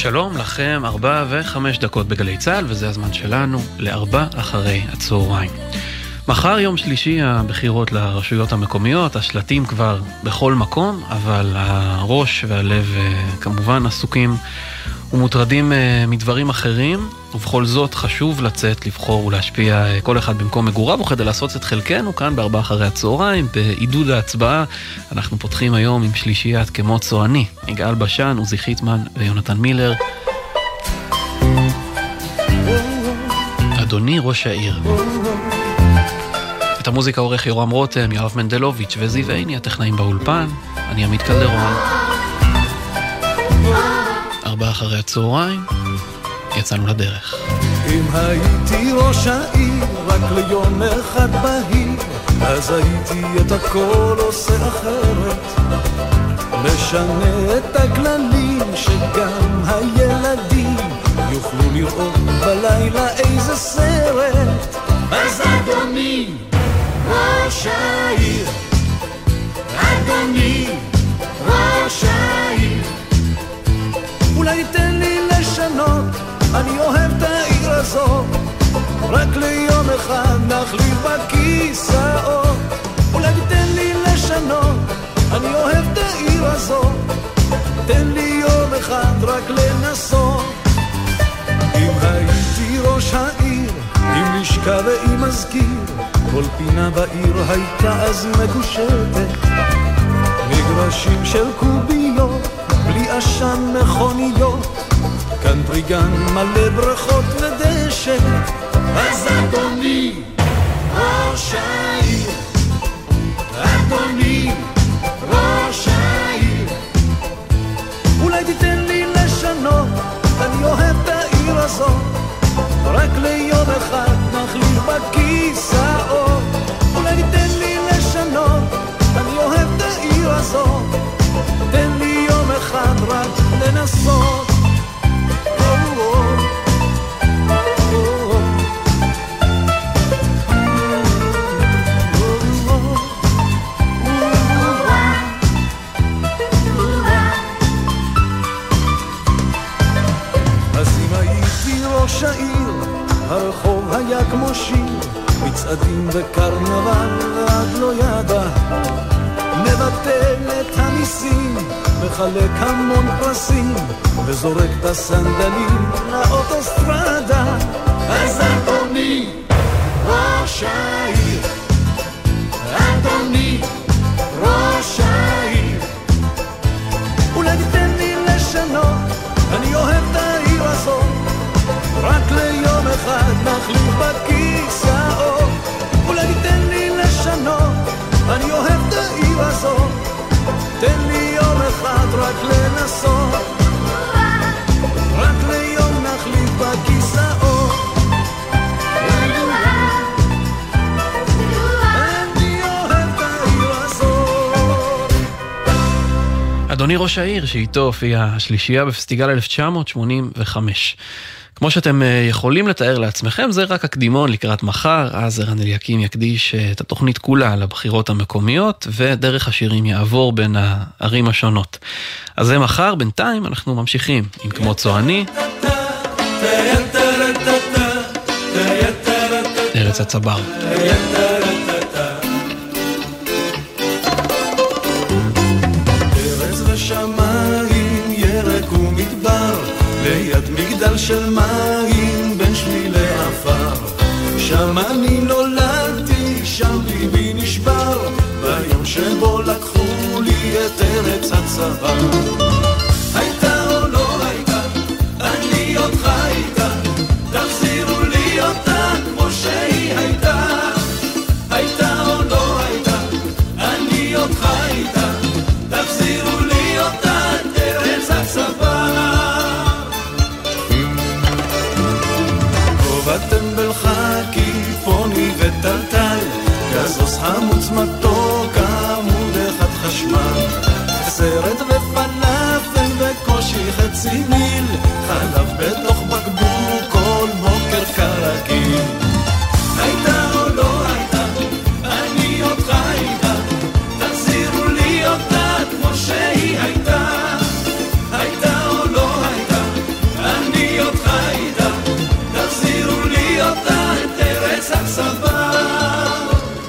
שלום לכם, 4:05 בגלי צהל, וזה הזמן שלנו ל16:00. מחר יום שלישי הבחירות לרשויות המקומיות, השלטים כבר בכל מקום, אבל הראש והלב כמובן עסוקים ומוטרדים מדברים אחרים, ובכל זאת חשוב לצאת, לבחור ולהשפיע כל אחד במקום מגוריו, וכדי לעשות את חלקנו כאן ב16:00 בעידוד ההצבעה. אנחנו פותחים היום עם שלישיית כמו צועני, יגאל בשן, עוזי חיטמן ויונתן מילר. אדוני ראש העיר. את המוזיקה עורך יורם רותם, יואב מנדלוביץ' וזיו עיני, הטכנאים באולפן. אני עמית קלדרון. 16:00 יצאנו לדרך. אם הייתי ראש העיר רק ליום אחד בהיר, אז הייתי את הכל עושה אחרת, משנה את הכללים שגם הילדים יוכלו לראות בלילה איזה סרט. אז אדוני ראש העיר, אדוני ראש העיר, אולי תן לי לשנות, אני אוהב את העיר הזאת, רק ליום אחד נחליף בכיסאות. אולי תן לי לשנות, אני אוהב את העיר הזאת, תן לי יום אחד רק לנסות. אם הייתי ראש העיר, עם לשכה ועם מזכיר, כל פינה בעיר הייתה אז מקושטת, מגרשים של קוביות בלי עשן מכוניות, כאן טריגן מלא ברכות ודשא. אז אדוני ראש העיר, אדוני ראש העיר, אולי תיתן לי לשנות, אני אוהב את העיר הזאת, רק ליום אחד נחליף בכיסאות. אולי תיתן לי לשנות, אני אוהב את העיר הזאת, תן לי יום אחד רק לנסות. אז אם הייתי ראש העיר, הרחוב היה כמו שיר, מצעדים וקרנבל ועד לא ידע, מבטל את המיסים, מחלק המון פרסים, וזורק את הסנדלים לאוטוסטרדה. אז אדוני ראש העיר, אדוני ראש העיר, אולי תיתן לי לשנות, אני אוהב את העיר הזאת, רק ליום אחד נחליף בכיסאות. אולי תיתן לי לשנות, אני אוהב את העיר הזאת, תן לי יום אחד רק לנסות, רק ליום נחליף בכיסאות. אני אוהב את העיר הזאת. אדוני ראש העיר, שאיתו הופיעה השלישייה בפסטיגל 1985. כמו שאתם יכולים לתאר לעצמכם, זה רק הקדימון לקראת מחר. אז ערן אליקים יקדיש את התוכנית כולה לבחירות המקומיות, ודרך השירים יעבור בין הערים השונות. אז זה מחר. בינתיים אנחנו ממשיכים עם כמו צועני, ארץ הצבר. ארץ ושמיים, ירק ומדבר, ליד מגדל של מים בין שבילי עפר, שם אני נולדתי, שם ליבי נשבר, ביום שבו לקחו לי את ארץ הצבר. הייתה או לא הייתה, אני עוד חייתה, תחזירו לי אותה כמו שהיא הייתה. הייתה או לא הייתה, אני עוד חייתה, תחזירו לי אותה את ארץ הצבר. הטמבל חקיפוני וטלטל, גזוס חמוץ מתוק, עמוד אחד חשמל, סרט ופלאפל וקושי חצי מיל, חלב בתוך בקבוק כל בוקר כרגיל. הייתה או לא הייתה, אני עוד חייתה, תחזירו לי אותה כמו שהיא הייתה. הייתה או לא הייתה, בארץ הצוואר.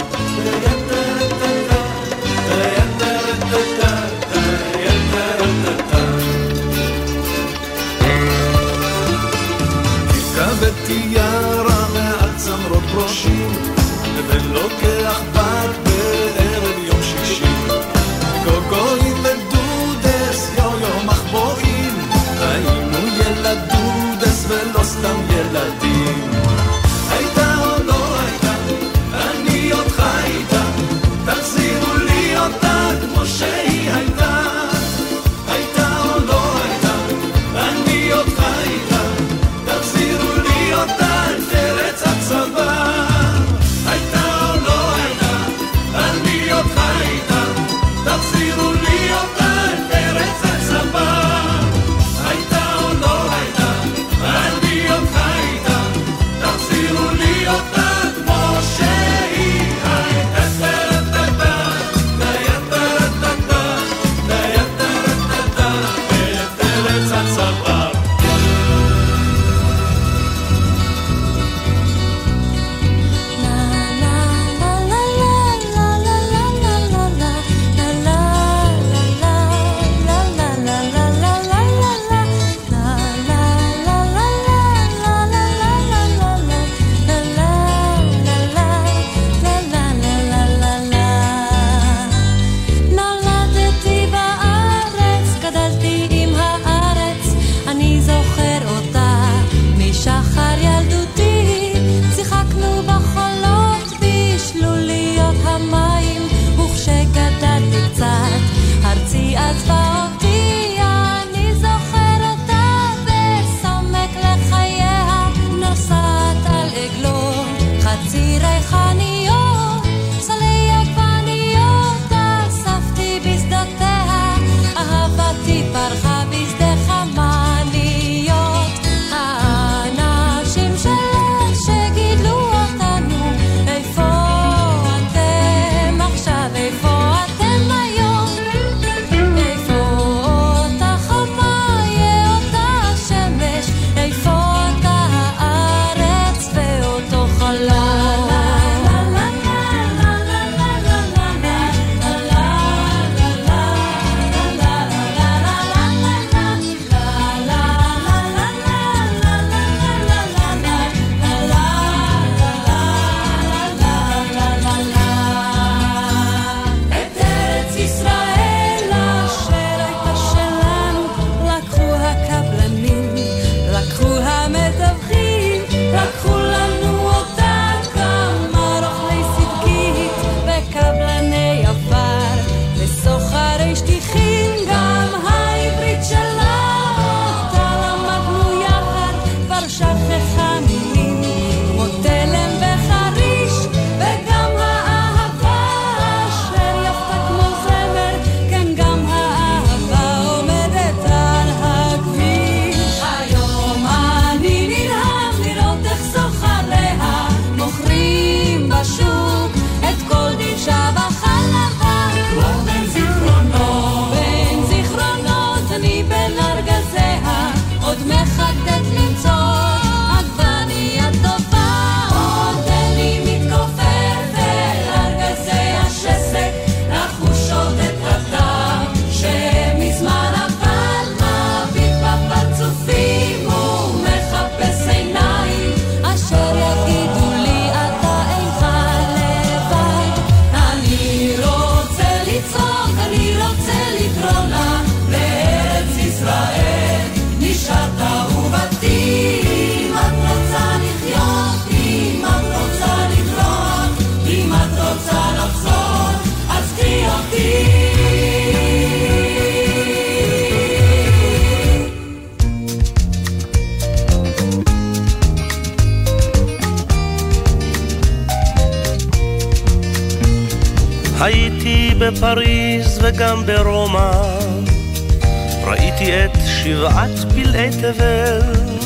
ותיארה מעל צמרות ברושים ולוקח בת בערב יום שישי. גוגויים ודודס יו מחבואים, היינו ילדודס ולא סתם ילדים. הייתה או לא הייתה, אני אותך הייתה, תחזירו לי אותה כמו שהיא הייתה. הייתה או לא הייתה, אני אותך הייתה, תחזירו לי אותה ארץ הצוואר. הייתה או לא הייתה, אני אותך הייתה, תחזירו לי אותה ארץ הצוואר. הייתה או לא הייתה, אני אותך הייתה, תחזירו לי אותה כמו שהיא הייתה. ארץ הצוואר. הייתי בפריז וגם ברומא, ראיתי את שבעת פלאי תבל,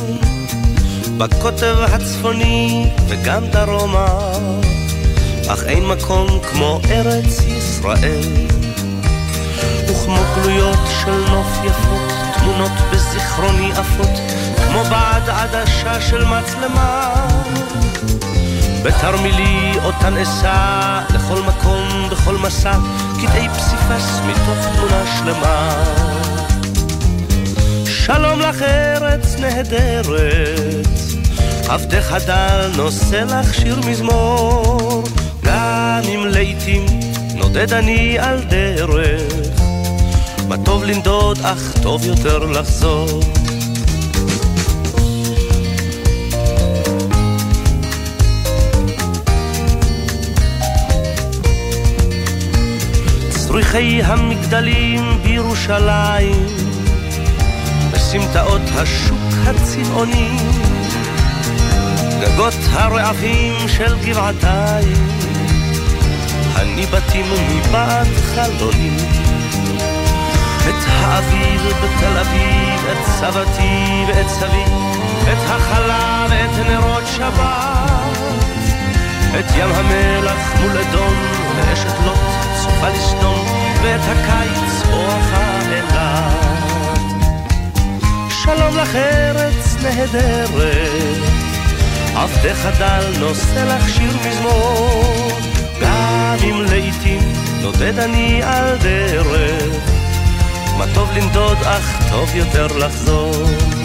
בקוטב הצפוני וגם דרומה, אך אין מקום כמו ארץ ישראל. וכמו גלויות של נוף יפות, תמונות בזיכרוני עפות, כמו בעד עדשה של מצלמה, בתרמילי אותן אסע לכל מקום בכל מסע, קטעי פסיפס מתוך תמונה שלמה. שלום לך ארץ נהדרת, עבדך דל נושא לך שיר מזמור, גם אם לעתים נודד אני על דרך, מה טוב לנדוד אך טוב יותר לחזור. צריחי המגדלים בירושלים, בסמטאות השוק הצבעוני, גגות הרעבים של גבעתיים, הניבטים מבעד חלוני. את האביב בתל אביב, את סבתי ואת סבי, את החלה ואת נרות שבת, את ים המלח מול אדום ואשת לוט סופה לסדום, ואת הקיץ בואכה אילת. שלום לך ארץ נהדרת, עבדך דל נושא לך שיר מזמור, גם אם לעתים נודד אני על דרך, מה טוב לנדוד אך טוב יותר לחזור.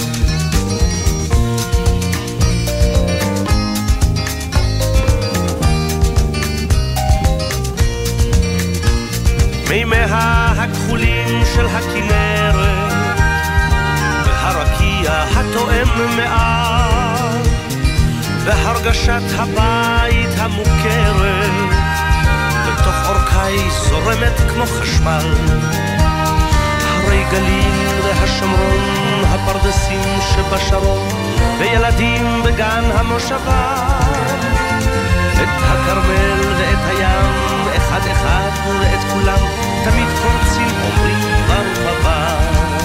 מימיה הכחולים של הכנרת, והרקיע התואם מעט, והרגשת הבית המוכרת, בתוך אורכי זורמת כמו חשמל. הרי גליל והשומרון, הפרדסים שבשרון, וילדים בגן המושבה, את הכרמל ואת הים, אחד אחד ואת כולם, תמיד קורצים אומרים ברוך הבא.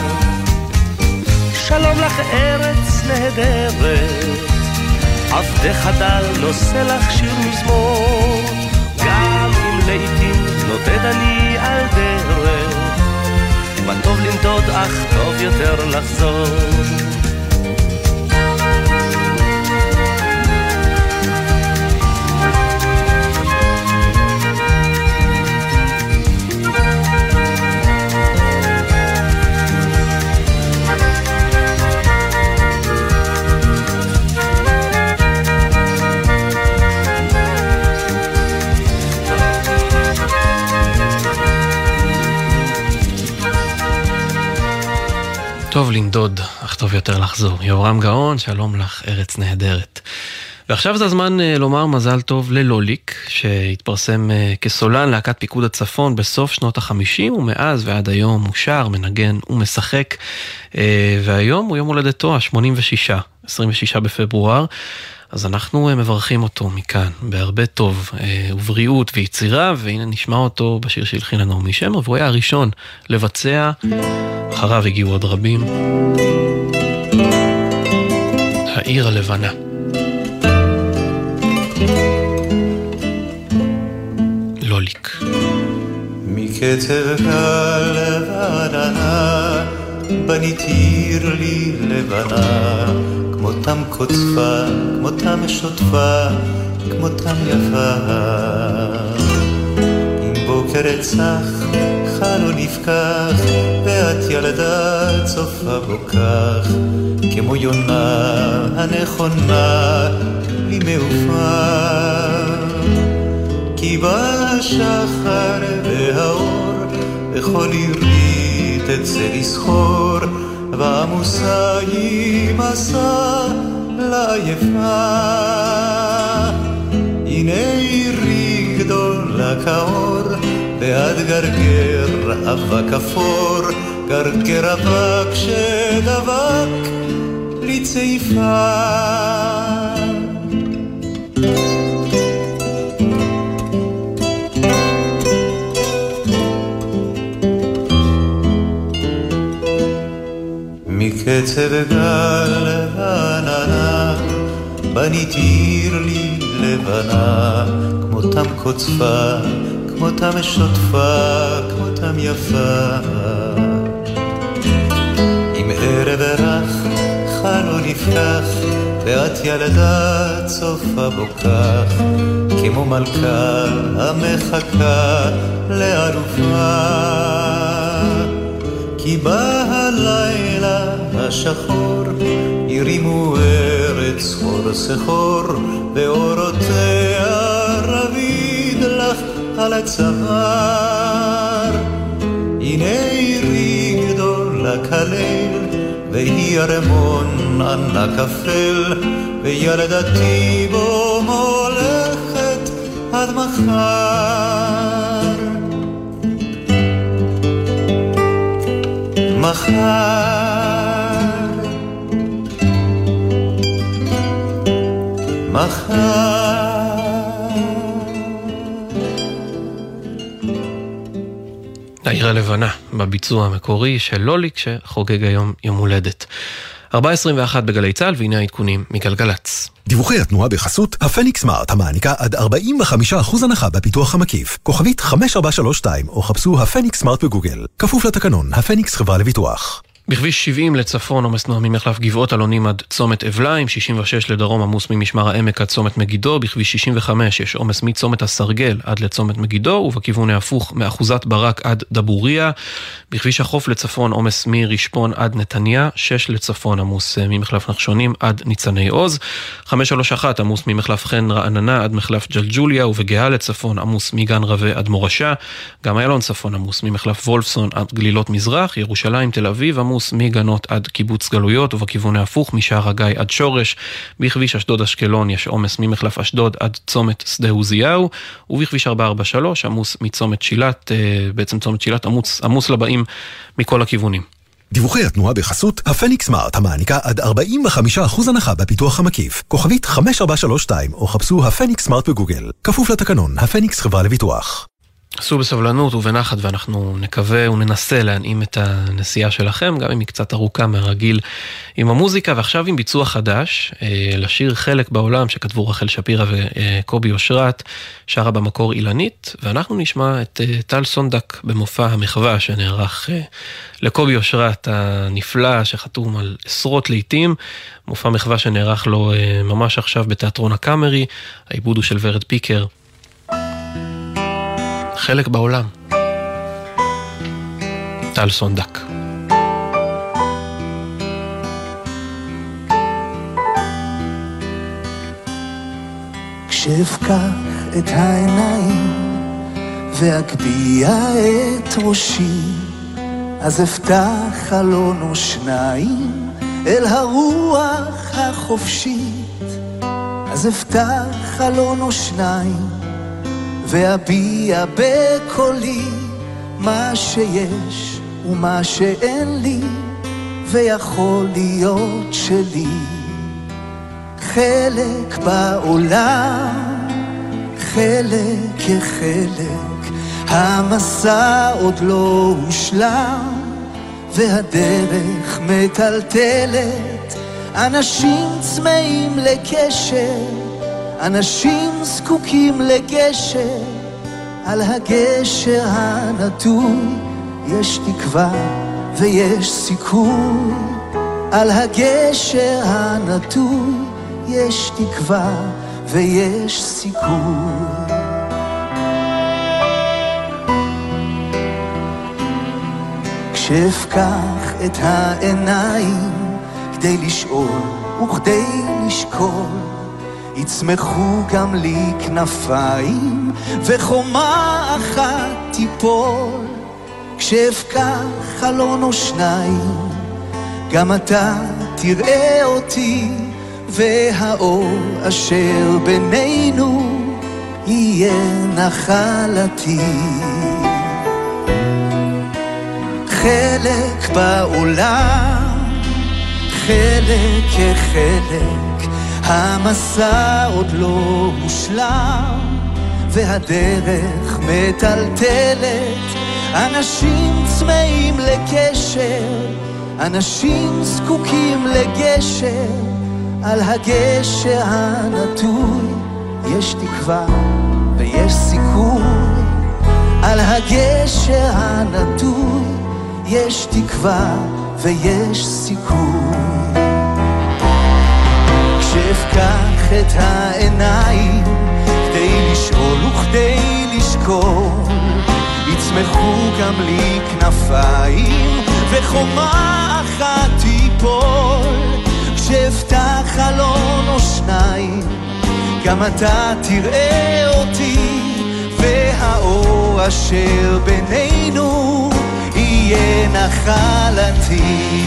שלום לך ארץ נהדרת, עבדך דל נושא לך שיר מזמור, גם אם לעתים נודד אני על דרך, מה טוב לנדוד אך טוב יותר לחזור. טוב לנדוד, אך טוב יותר לחזור. יורם גאון, שלום לך, ארץ נהדרת. ועכשיו זה הזמן לומר מזל טוב ללוליק, שהתפרסם כסולן להקת פיקוד הצפון בסוף שנות ה-50, ומאז ועד היום הוא שר, מנגן ומשחק, והיום הוא יום הולדתו, ה-86, 26 בפברואר, אז אנחנו מברכים אותו מכאן, בהרבה טוב ובריאות ויצירה, והנה נשמע אותו בשיר שהלחין לנו נעמי שמר, והוא היה הראשון לבצע, אחריו הגיעו עוד רבים. העיר הלבנה. לוליק. מקצב הלבנה בניתי לי לבנה, כמותם קוצפה, כמותם שוטפה, כמותם יפה. אם בוקר צח חלון נפקח, ואת ילדה צופה בו כך, כמו יונה הנכונה לי מעופה. כי בשחר והאור בכל עירית אצא לסחור, ועמוסה היא מסע לעייפה. הנה עירי גדולה כאור, ועד גרגר אבק אפור, גרגר אבק שדבק לי צעיפה. מקצב גל ועננה בניתי עיר לי לבנה, כמותם קוצפה, כמותם שוטפה, כמותם יפה. עם ערב רך חלון נפקח, ואת ילדה צופה בו כך, כמו מלכה המחכה לאלופה. כי בא הלילה השחור, הרימו ארץ סחור סחור, ואורותיה רביד לך על הצוואר. הנה עירי גדולה כליל, והיא הרמון ענק אפל, וילדתי בו מולכת עד מחר. מחר. העיר הלבנה בביצוע המקורי של לוליק שחוגג היום יום הולדת. 4:21 בגלי צהל, והנה העדכונים מגלגלץ. דיווחי התנועה בחסות הפניקס סמארט, המעניקה עד 45% הנחה בפיתוח המקיף. כוכבית 5432 או חפשו הפניקס סמארט בגוגל. כפוף לתקנון, הפניקס חברה לביטוח. בכביש 70 לצפון עומס תנועה ממחלף גבעות אלונים עד צומת אבליים, 66 לדרום עמוס ממשמר העמק עד צומת מגידו, בכביש 65 יש עומס מצומת הסרגל עד לצומת מגידו, ובכיוון ההפוך מאחוזת ברק עד דבוריה. בכביש החוף לצפון עומס מרשפון עד נתניה, 6 לצפון עמוס ממחלף נחשונים עד ניצני עוז, 531 עמוס ממחלף חן רעננה עד מחלף ג'לג'וליה, ובגאה לצפון עמוס מגן רווה עד מורשה, גם איילון צפון עמוס ממחלף וולפסון עד גלילות מזרח, ירושלים תל אביב עמוס מגנות עד קיבוץ גלויות, ובכיוון ההפוך משער הגיא עד שורש. בכביש אשדוד אשקלון יש עומס ממחלף אשדוד עד צומת שדה עוזיהו, ובכביש 443 עמוס מצומת שילת, בעצם צומת שילת עמוס לבאים מכל הכיוונים. דיווחי התנועה בחסות הפניקס סמארט, המעניקה עד 45% הנחה בפיתוח המקיף. כוכבית 5432 או חפשו הפניקס סמארט בגוגל. כפוף לתקנון, הפניקס חברה לביטוח. עשו בסבלנות ובנחת, ואנחנו נקווה וננסה להנעים את הנסיעה שלכם, גם אם היא קצת ארוכה מהרגיל עם המוזיקה. ועכשיו עם ביצוע חדש לשיר חלק בעולם שכתבו רחל שפירא וקובי אושרת, שרה במקור אילנית, ואנחנו נשמע את טל סונדק במופע המחווה שנערך לקובי אושרת הנפלא שחתום על עשרות לעיתים, מופע מחווה שנערך לו ממש עכשיו בתיאטרון הקאמרי. העיבוד הוא של ורד פיקר. חלק בעולם. טל סונדק. כשאפקח את העיניים ואגביע את ראשי, אז אפתח חלון או שניים אל הרוח החופשית. אז אפתח חלון או שניים ואביע בקולי מה שיש ומה שאין לי ויכול להיות שלי. חלק בעולם, חלק כחלק, המסע עוד לא הושלם והדרך מטלטלת. אנשים צמאים לקשר, אנשים זקוקים לגשר, על הגשר הנטוי יש תקווה ויש סיכוי. על הגשר הנטוי יש תקווה ויש סיכוי. כשאפקח את העיניים כדי לשאול וכדי לשקול, יצמחו גם לי כנפיים וחומה אחת תיפול. כשאפקח חלון או שניים גם אתה תראה אותי, והאור אשר בינינו יהיה נחלתי. חלק בעולם, חלק כחלק, המסע עוד לא מושלם והדרך מטלטלת. אנשים צמאים לקשר, אנשים זקוקים לגשר, על הגשר הנטוי יש תקווה ויש סיכוי. על הגשר הנטוי יש תקווה ויש סיכוי. שאפקח את העיניים כדי לשאול וכדי לשקול, יצמחו גם לי כנפיים וחומה אחת תיפול. כשאפתח חלון או שניים גם אתה תראה אותי, והאור אשר בינינו יהיה נחלתי.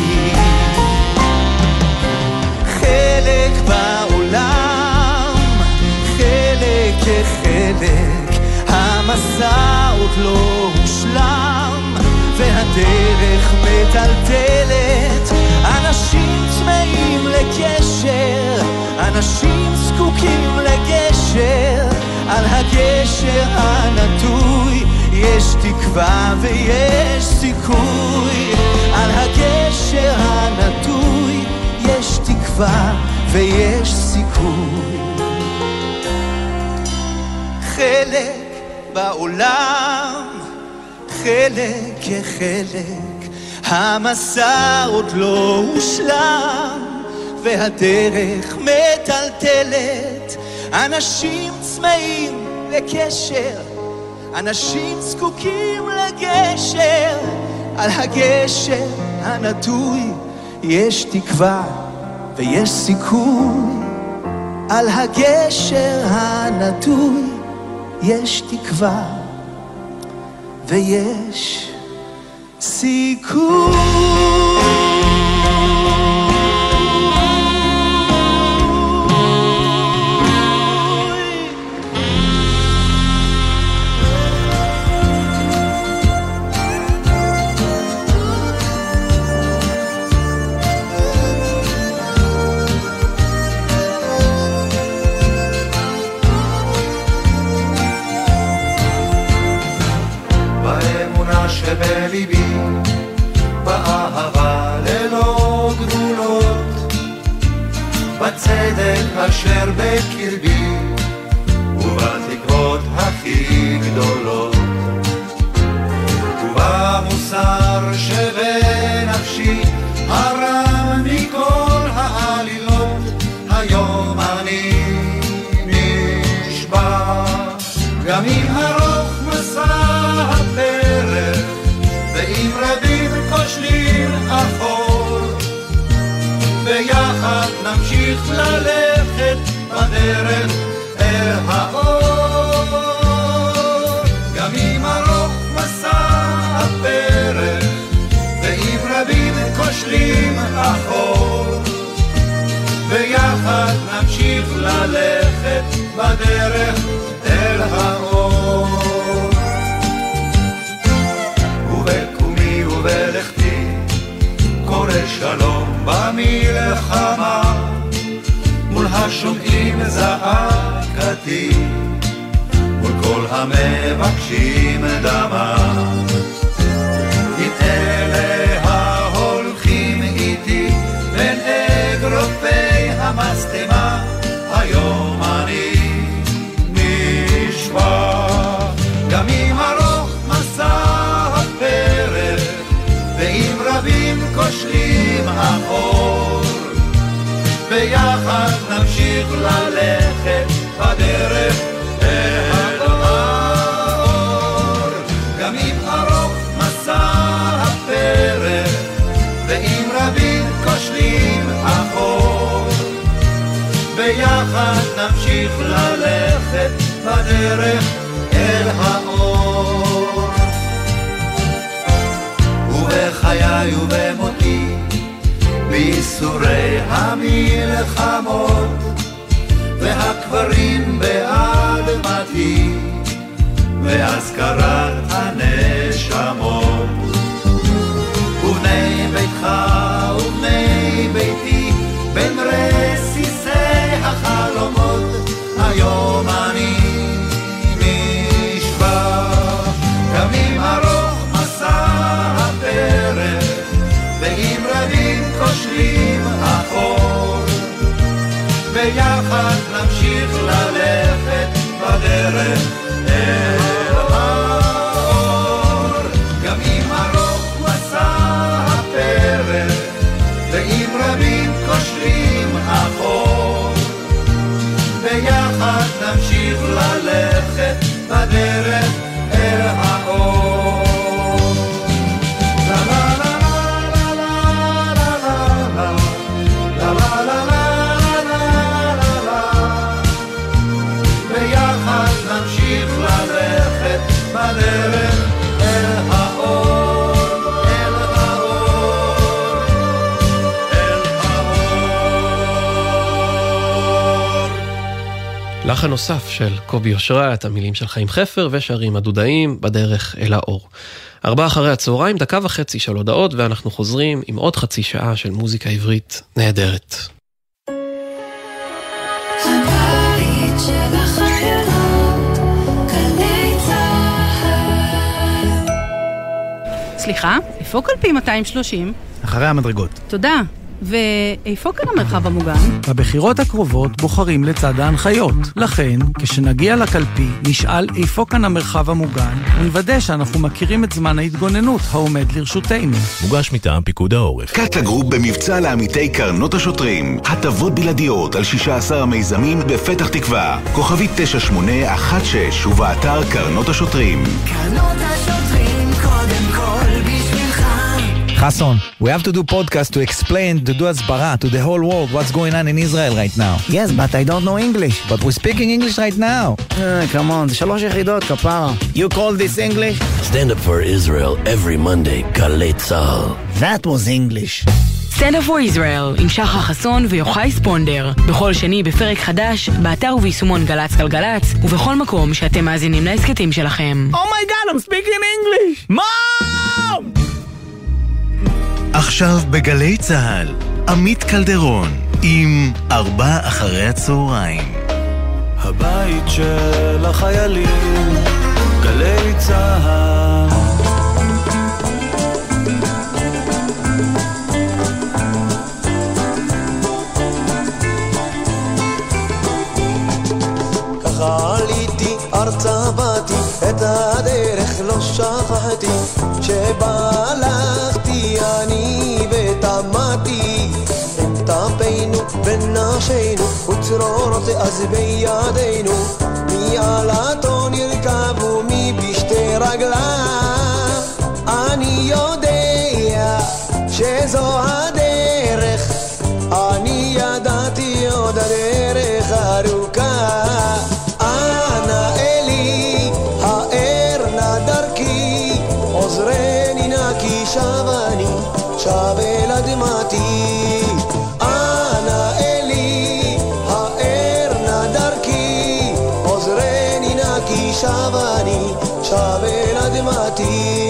חלק בעולם, חלק כחלק, המסע עוד לא הושלם והדרך מטלטלת. אנשים צמאים לקשר, אנשים זקוקים לגשר, על הגשר הנטוי יש תקווה ויש סיכוי. על הגשר הנטוי יש תקווה ויש סיכוי. חלק בעולם, חלק כחלק, המסע עוד לא הושלם והדרך מטלטלת. אנשים צמאים לקשר, אנשים זקוקים לגשר, על הגשר הנטוי יש תקווה ויש סיכוי. על הגשר הנטוי יש תקווה ויש סיכוי. שבליבי, באהבה ללא גבולות, בצדק אשר בקרבי ובתקוות הכי גדולות, ובמוסר שבנפשי הרם מכל העלילות. היום אני נשבע, גם אם ארוך מסע הפרק ואם רבים כושלים אחור, ביחד נמשיך ללכת בדרך אל האור. גם אם ארוך מסע הפרק ואם רבים כושלים אחור, ביחד נמשיך ללכת בדרך אל האור. ובקומי ובלכתי קורא שלום במלחמה, מול השומעים זעקתי, מול כל המבקשים דמה. עם אלה ההולכים איתי בין אגרופי המשטמה, היום אני נשבע. גם אם ארוך מסע הפרק ואם רבים כושלים האור, ביחד נמשיך ללכת בדרך אל האור. גם אם ארוך מסע הפרק ואם רבים כושלים האור, ביחד נמשיך ללכת בדרך אל האור. ובחיי ובמותי בייסורי המלחמות והקברים באדמתי והזכרת הנשמות, ובני ביתך ובני ביתי בין רסיסי החלומות, היום אני נשבע. גם אם ארוך מסע הפרק ואם רבים כושלים אחור, ביחד נמשיך ללכת בדרך אל האור. גם אם ארוך מסע הפרק ואם רבים כושלים אחור, בדרך אל האור. לה לה לה לה לה לה לה לה לה לה ביחד נמשיך ללכת בדרך אל האור, אל האור, אל האור. לחן נוסף של קובי אושרת, המילים של חיים חפר ושרים הדודאים בדרך אל האור. 16:00, דקה וחצי של הודעות, ואנחנו חוזרים עם עוד חצי שעה של מוזיקה עברית נהדרת. הבית של החיילות, גלי צהל. סליחה, איפה קלפי 230? אחרי המדרגות. תודה. ואיפה כאן המרחב המוגן? בבחירות הקרובות בוחרים לצד ההנחיות. לכן, כשנגיע לקלפי, נשאל איפה כאן המרחב המוגן, ונוודא שאנחנו מכירים את זמן ההתגוננות העומד לרשותנו. מוגש מטעם פיקוד העורף. קאטה גרופ במבצע לעמיתי קרנות השוטרים. הטבות בלעדיות על 16 המיזמים בפתח תקווה. כוכבית 9816 ובאתר קרנות השוטרים. קרנות השוטרים קודם כל בשבילך. Hassan, we have to do podcast to explain, to do asbara to the whole world what's going on in Israel right now. Yes, but I don't know English. But we're speaking English right now. Come on, זה 3 יחידות, כפרה. You call this English? Stand up for Israel every Monday, גלי צהל. That was English. Stand up for Israel עם שחר חסון ויוחאי ספונדר. בכל שני בפרק חדש, באתר וביישומון גלץ גלגלץ, ובכל מקום שאתם מאזינים להסכתים שלכם. Oh my God, I'm speaking English! Mom! עכשיו בגלי צהל, עמית קלדרון עם 16:00. הבית של החיילים, גלי צהל. ככה עליתי ארצה באתי, את הדרך לא שכחתי, שבהלכתי אני ותמתי, עם טפינו בנשינו וצרורות אז בידינו, מי עלתו נרכב ומי בשתי רגליו, אני יודע שזו הדרך, אני ידעתי עוד הדרך ארוכה, אנא אלי האר נא דרכי, עוזרני נא כי שב אני שב אל אדמתי, אנא אלי האר נא דרכי, עוזרני נא כי שב אני שב אל אדמתי.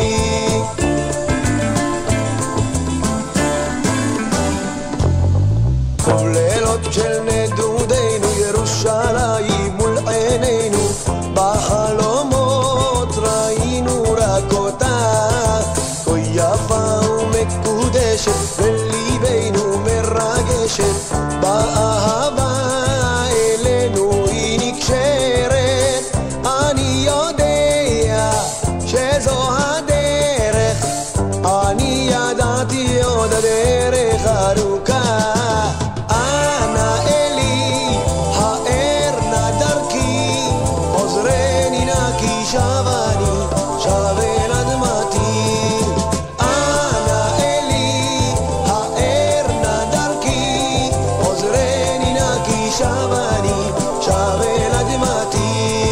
כל לילות של נדודנו ירושלים מול עינינו, בחלומות ראינו רק אותה, כה יפה ומקודשת בליבנו מרגשת, באהבה אלינו היא נקשרת, אני יודע שזו הדרך, אני ידעתי עוד הדרך ארוכה, אנא אלי האר נא דרכי, עוזרני נא כי שב אני שב אל אדמתי, אנא אלי האר נא דרכי, עוזרני נא כי שב אני שב אל אדמתי.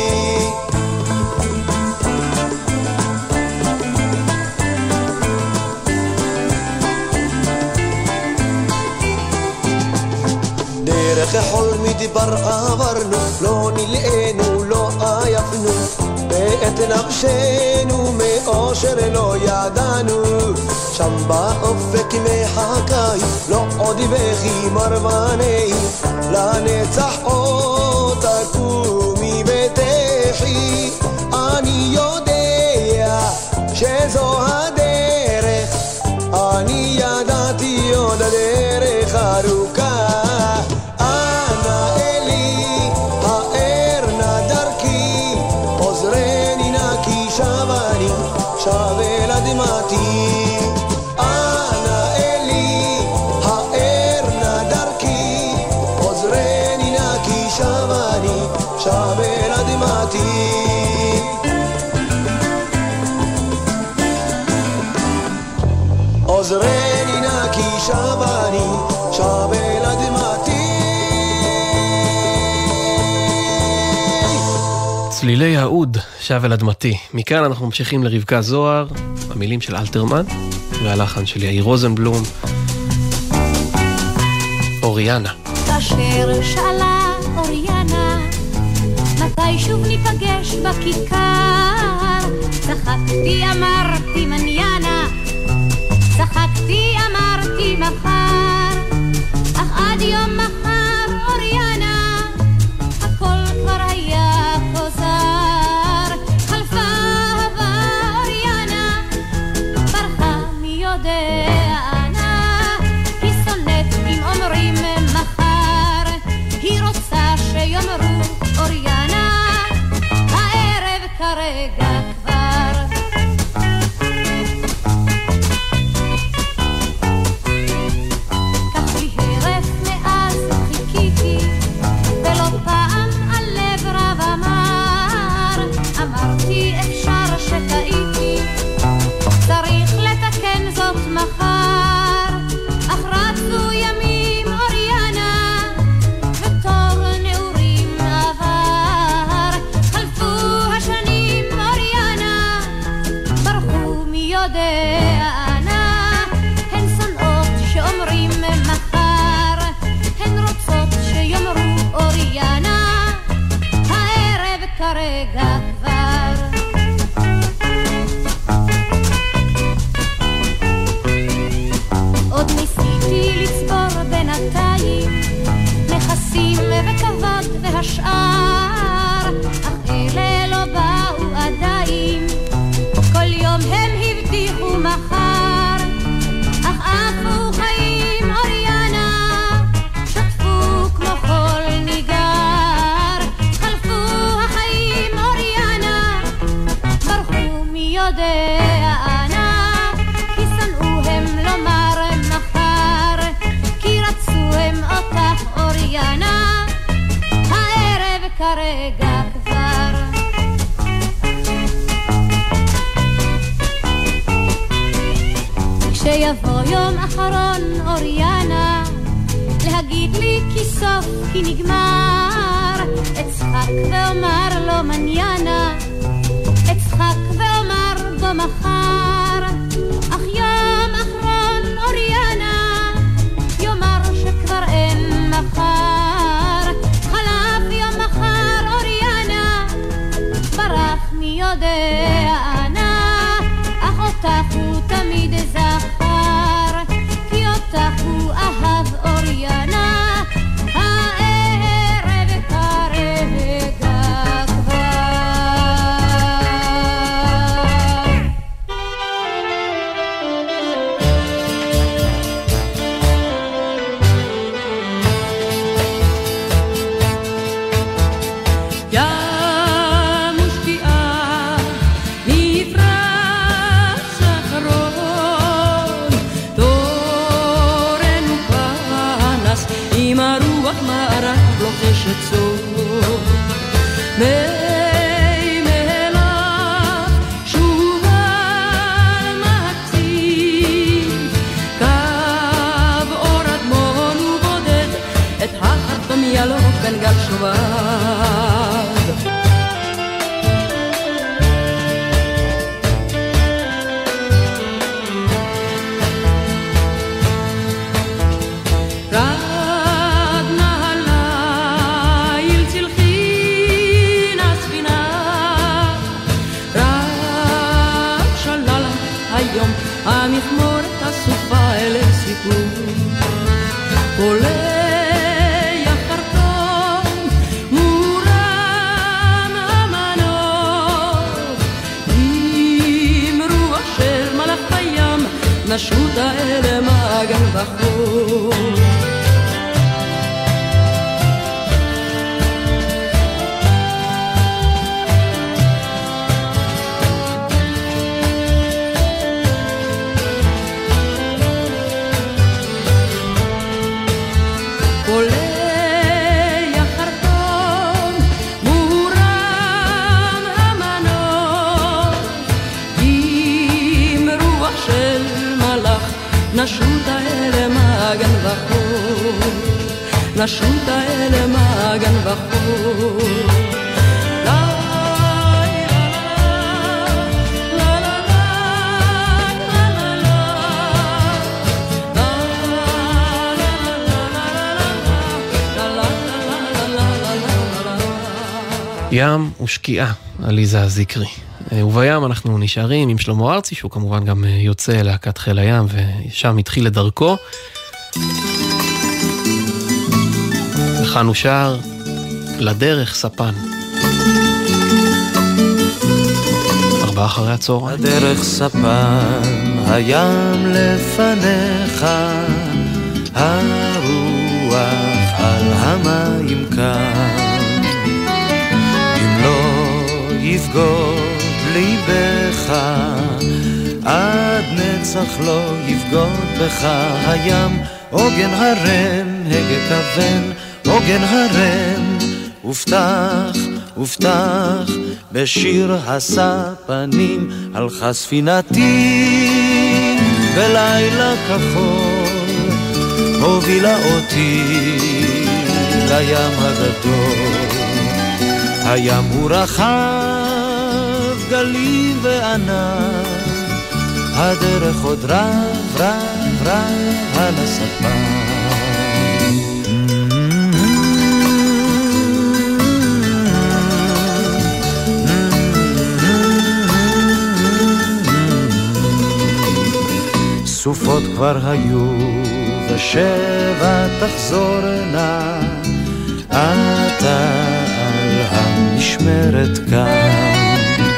דרך חול מדבר עברנו, לא נלאינו, לא עייפנו, ואת נפשנו מאושר לא ידענו, שם באופק מחכי, לא עוד בכי מרמני, לנצח עוד תקומי בתחי, אני יודע שזו הדרך, אני ידעתי עוד הדרך ארוכה, אנא אלי האר נא דרכי, עוזרני נא כי שב אני שב אל אדמתי, אנא אלי האר נא דרכי, עוזרני נא כי שב אני שב גלי האוד, שב אל אדמתי. מכאן אנחנו ממשיכים לרבקה זוהר, המילים של אלתרמן, והלחן של יאיר רוזנבלום, אוריאנה. כאשר שאלה אוריאנה, מתי שוב ניפגש בכיכר? צחקתי אמרתי מניאנה, צחקתי אמרתי מחר, אך עד יום מחר אוריאנה, הכל כבר היה חוזר. חלפה הבא אוריאנה, ברחה מי יודע אנה, היא שונאת אם אומרים מחר, היא רוצה שיאמרו אוריאנה, הערב כרגע כבר. כרגע כבר. עוד ניסיתי לצבור בינתיים נכסים וכבוד והשאר, אך אלה לא באו עדיין, כל יום הם הבטיחו מחר, אך עפו חיים אוריאנה, שטפו כמו חול ניגר, חלפו החיים אוריאנה, ברחו מי יודע אנה, כי שנאו הם לומר מחר, כי רצו הם אותך אוריאנה, הערב כרגע כבר. כשיבוא יום אחרון אוריאנה, להגיד לי כי סוף כי נגמר, אצחק ואומר לו מניאנה, אצחק ואומר בו מחר, אך יום אחרון אוריאנה, יאמר שכבר אין מחר, חלף יום מחר אוריאנה, ברח מי יודע אנה, אך אותך הוא תמיד זכר, כי אותך הוא אהב אוריאנה, הערב כרגע כבר. נשות האלה מגן בחור נשות האלה מגן בחור, נשות האלה מגן בחור. לה ים ושקיעה, עליזה זיקרי. ובים אנחנו נשארים עם שלמה ארצי, שהוא כמובן גם יוצא להקת חיל הים, ושם התחיל את דרכו. לכאן הוא שר לדרך ספן. 4 אחרי הצהריים. הדרך ספן, הים לפניך, הרוח על המים כאן. אם לא יבגוד ליבך, עד נצח לא יבגוד בך. הים עוגן הרם, הגה כוון, עוגן הרם, ופתח, ופתח, בשיר הספנים, הלכה ספינתי בלילה כחול, הובילה אותי לים הגדול. הים הוא רחב, גלי וענן, הדרך עוד רב, רב, רב על הספן. סופות כבר היו ושבע תחזורנה, אתה על המשמרת כאן.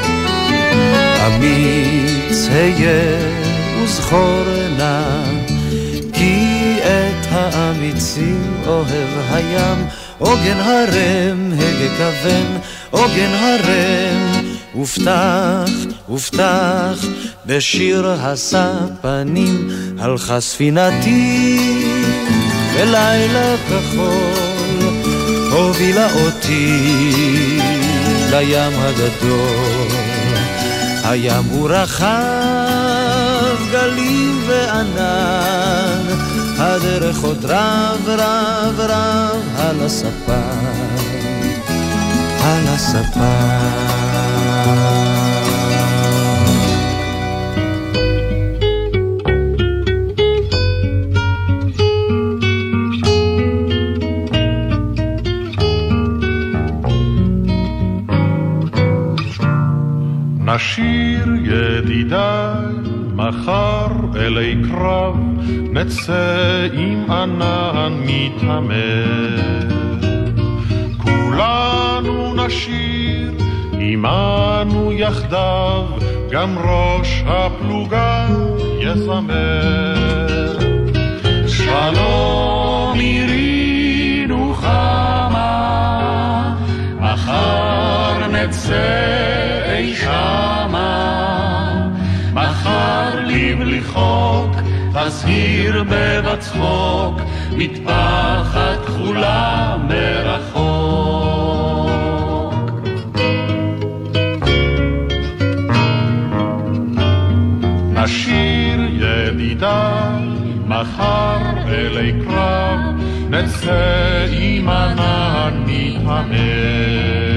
אמיץ היה וזכורנה, כי את האמיצים אוהב הים. עוגן הרם, הגה כוון, עוגן הרם, ופתח, ופתח, בשיר הספנים, הלכה ספינתי בלילה כחול, הובילה אותי לים הגדול. הים הוא רחב, גלים וענן, הדרך עוד רב, רב, רב על הספן, על הספן. נשיר ידידיי מחר אלי קרב, נצא עם ענן מתעמר. כולנו נשיר עמנו יחדיו, גם ראש הפלוגה יזמר. שלום עירי נוחמה, מחר נצא שמה, מחר לבלי חוק, תזהיר בבצחוק, מטפחת כחולה מרחוק. נשיר ידידיי מחר אלי קרב, נצא עם ענן מתעמר.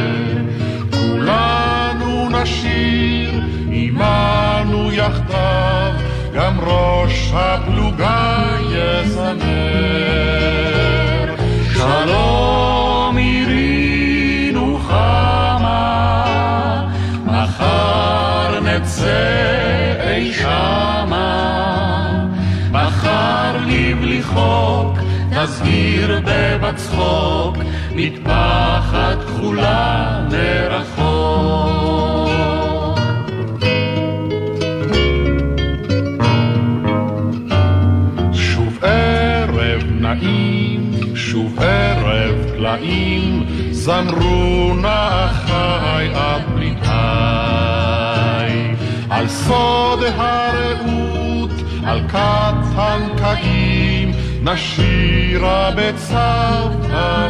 נשיר עמנו יחדיו, גם ראש הפלוגה יזמר. שלום עירי נוחמה, מחר נצא אי שמה, מחר לבלי חוק, תזהיר בבצחוק, מטפחת כחולה מרחוק. שוב ערב תלאים, זמרו נחי עד פליטי, על סוד הרעות, על כת הנקעים, נשירה בצוותא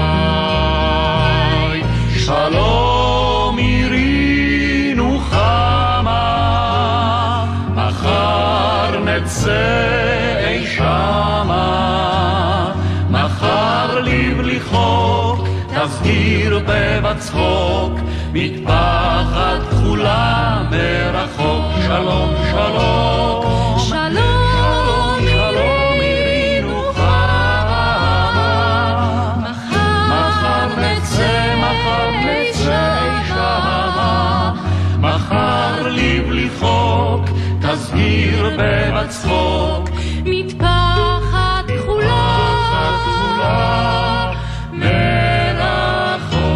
רעי. שלום עירי נוחמה, מחר נצא אי שמה, מחר לבלי חוק, תזהיר בבצחוק, מטפחת כחולה מרחוק. שלום שלום שלום שלום עירי נוחמה, מחר נצא, מחר נצא תזהיר במצחוק מטפחת כחולה מרחוק.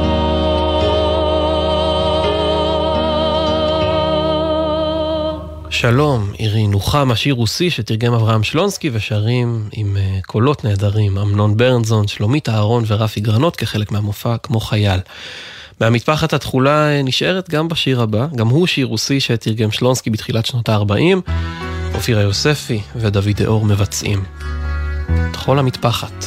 שלום, עירי נוחם, השיר רוסי שתרגם אברהם שלונסקי, ושרים עם קולות נהדרים, אמנון ברנזון, שלומית אהרון ורפי גרנות כחלק מהמופע כמו חייל. מהמטפחת התחולה נשארת גם בשיר הבא, גם הוא שיר רוסי שתרגם שלונסקי בתחילת שנות ה-40, אופירה יוספי ודוד דאור מבצעים. תחול המטפחת.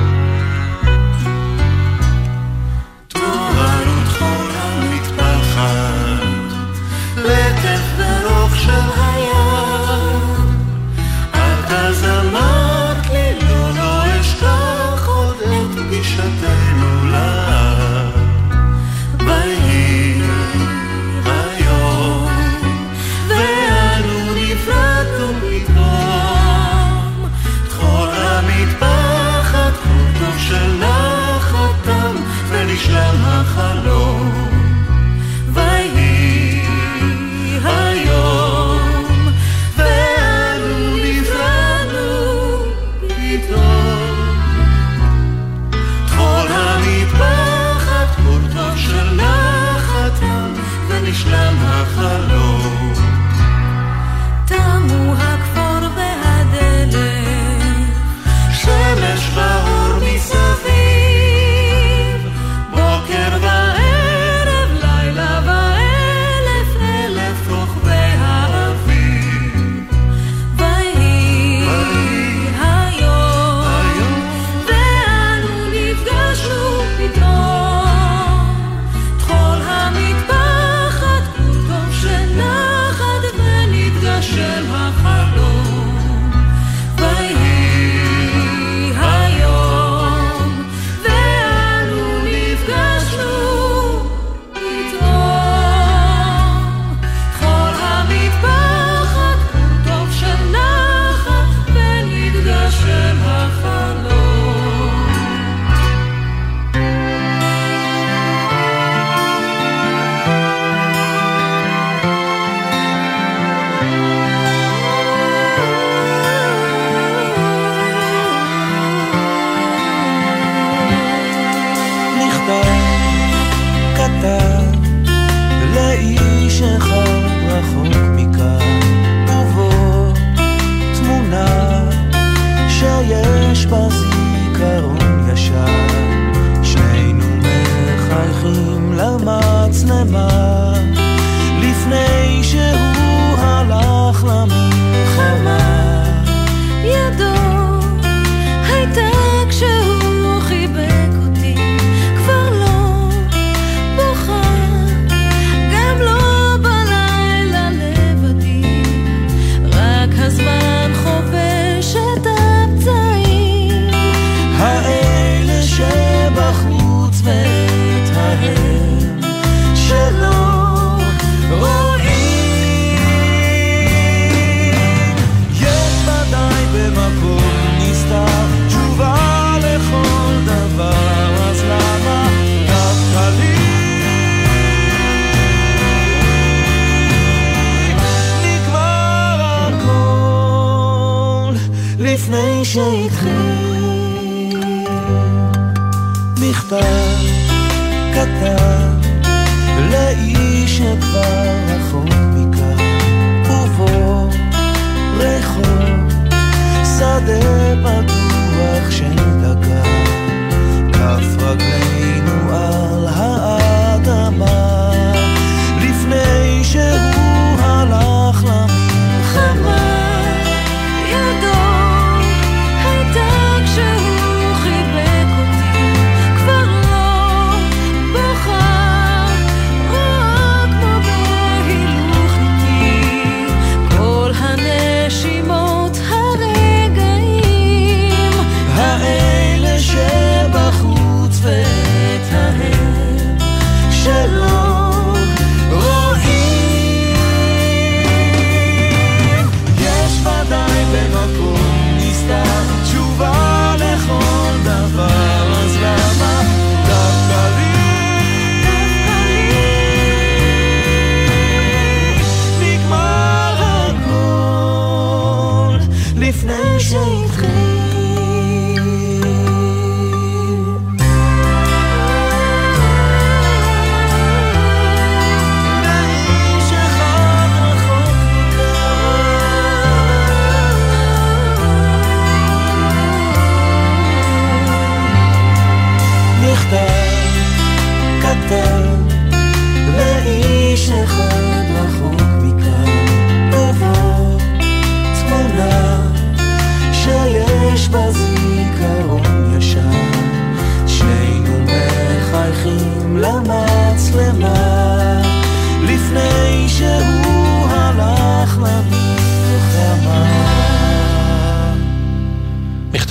תוארו תחול המטפחת לטף ורוך של הים, את אז אמרת לי לא אשכח עוד את פגישתנו לה. נשלם החלום ויהי היום ואנו נפרדנו פתאום. תחול המטפחת כל טוב של נחתם ונשלם החלום. תמו הכפור והדלת, שמש באור מסביב, בזיכרון ישר שנינו מחייכים למצלמה לפני שהוא הלך למלחמה. ידו הייתה כשהוא חיבק אותי, כבר לא בוכה, גם לא בלילה לבדי, רק הזמן חובש את הפצעים האלה שבחוץ ואת ההם שלא רואים. יש ודאי במקום נסתר תשובה לכל דבר, אז למה דווקא לי נגמר הכל לפני שהתחיל. מכתב קטן לאיש שכבר רחוק מכאן, ובו רחוב שדה פתוח של דגה, כף רגלינו על האדמה לפני שהוא הלך למלחמה. ידו הייתה כשהוא חיבק אותי, כבר לא בוכה,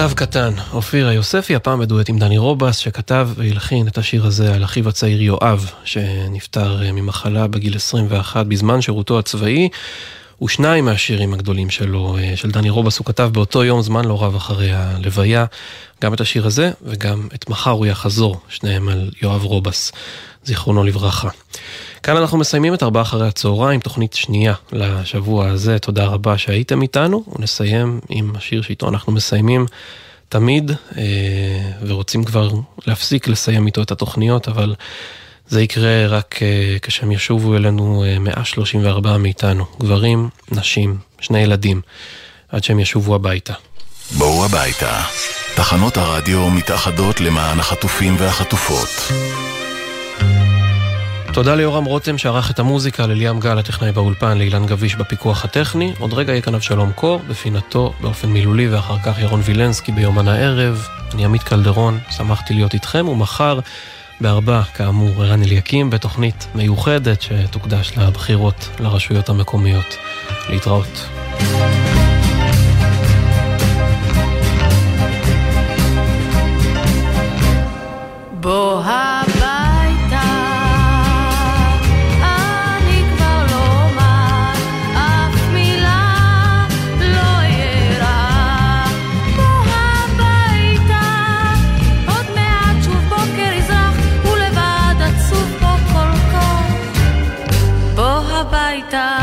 כוכב קטן, אופיר היוספי, הפעם בדואט עם דני רובס, שכתב והלחין את השיר הזה על אחיו הצעיר יואב, שנפטר ממחלה בגיל 21 בזמן שירותו הצבאי, ושניים מהשירים הגדולים שלו, של דני רובס, הוא כתב באותו יום זמן לא רב אחרי הלוויה, גם את השיר הזה וגם את מחר הוא יחזור, שניהם על יואב רובס, זיכרונו לברכה. כאן אנחנו מסיימים את 4 אחרי הצהריים, תוכנית שנייה לשבוע הזה. תודה רבה שהייתם איתנו, ונסיים עם השיר שאיתו אנחנו מסיימים תמיד, ורוצים כבר להפסיק לסיים איתו את התוכניות, אבל זה יקרה רק כשהם ישובו אלינו 134 מאיתנו, גברים, נשים, 2 ילדים, עד שהם ישובו הביתה. בואו הביתה. תחנות הרדיו מתאחדות למען החטופים והחטופות. תודה ליורם רותם שערך את המוזיקה, לליאם גל הטכנאי באולפן, לאילן גביש בפיקוח הטכני. עוד רגע יהיה כאן אבשלום קור בפינתו באופן מילולי, ואחר כך ירון וילנסקי ביומן הערב. אני עמית קלדרון, שמחתי להיות איתכם, ומחר ב4 כאמור ערן אליקים בתוכנית מיוחדת שתוקדש לבחירות לרשויות המקומיות. להתראות. בוא הביתה, אני כבר לא אומר אף מילה, לא יראה. בוא הביתה, עוד מעט שוב בוקר יזרח, ולבד עצוב פה כל כך. בוא הביתה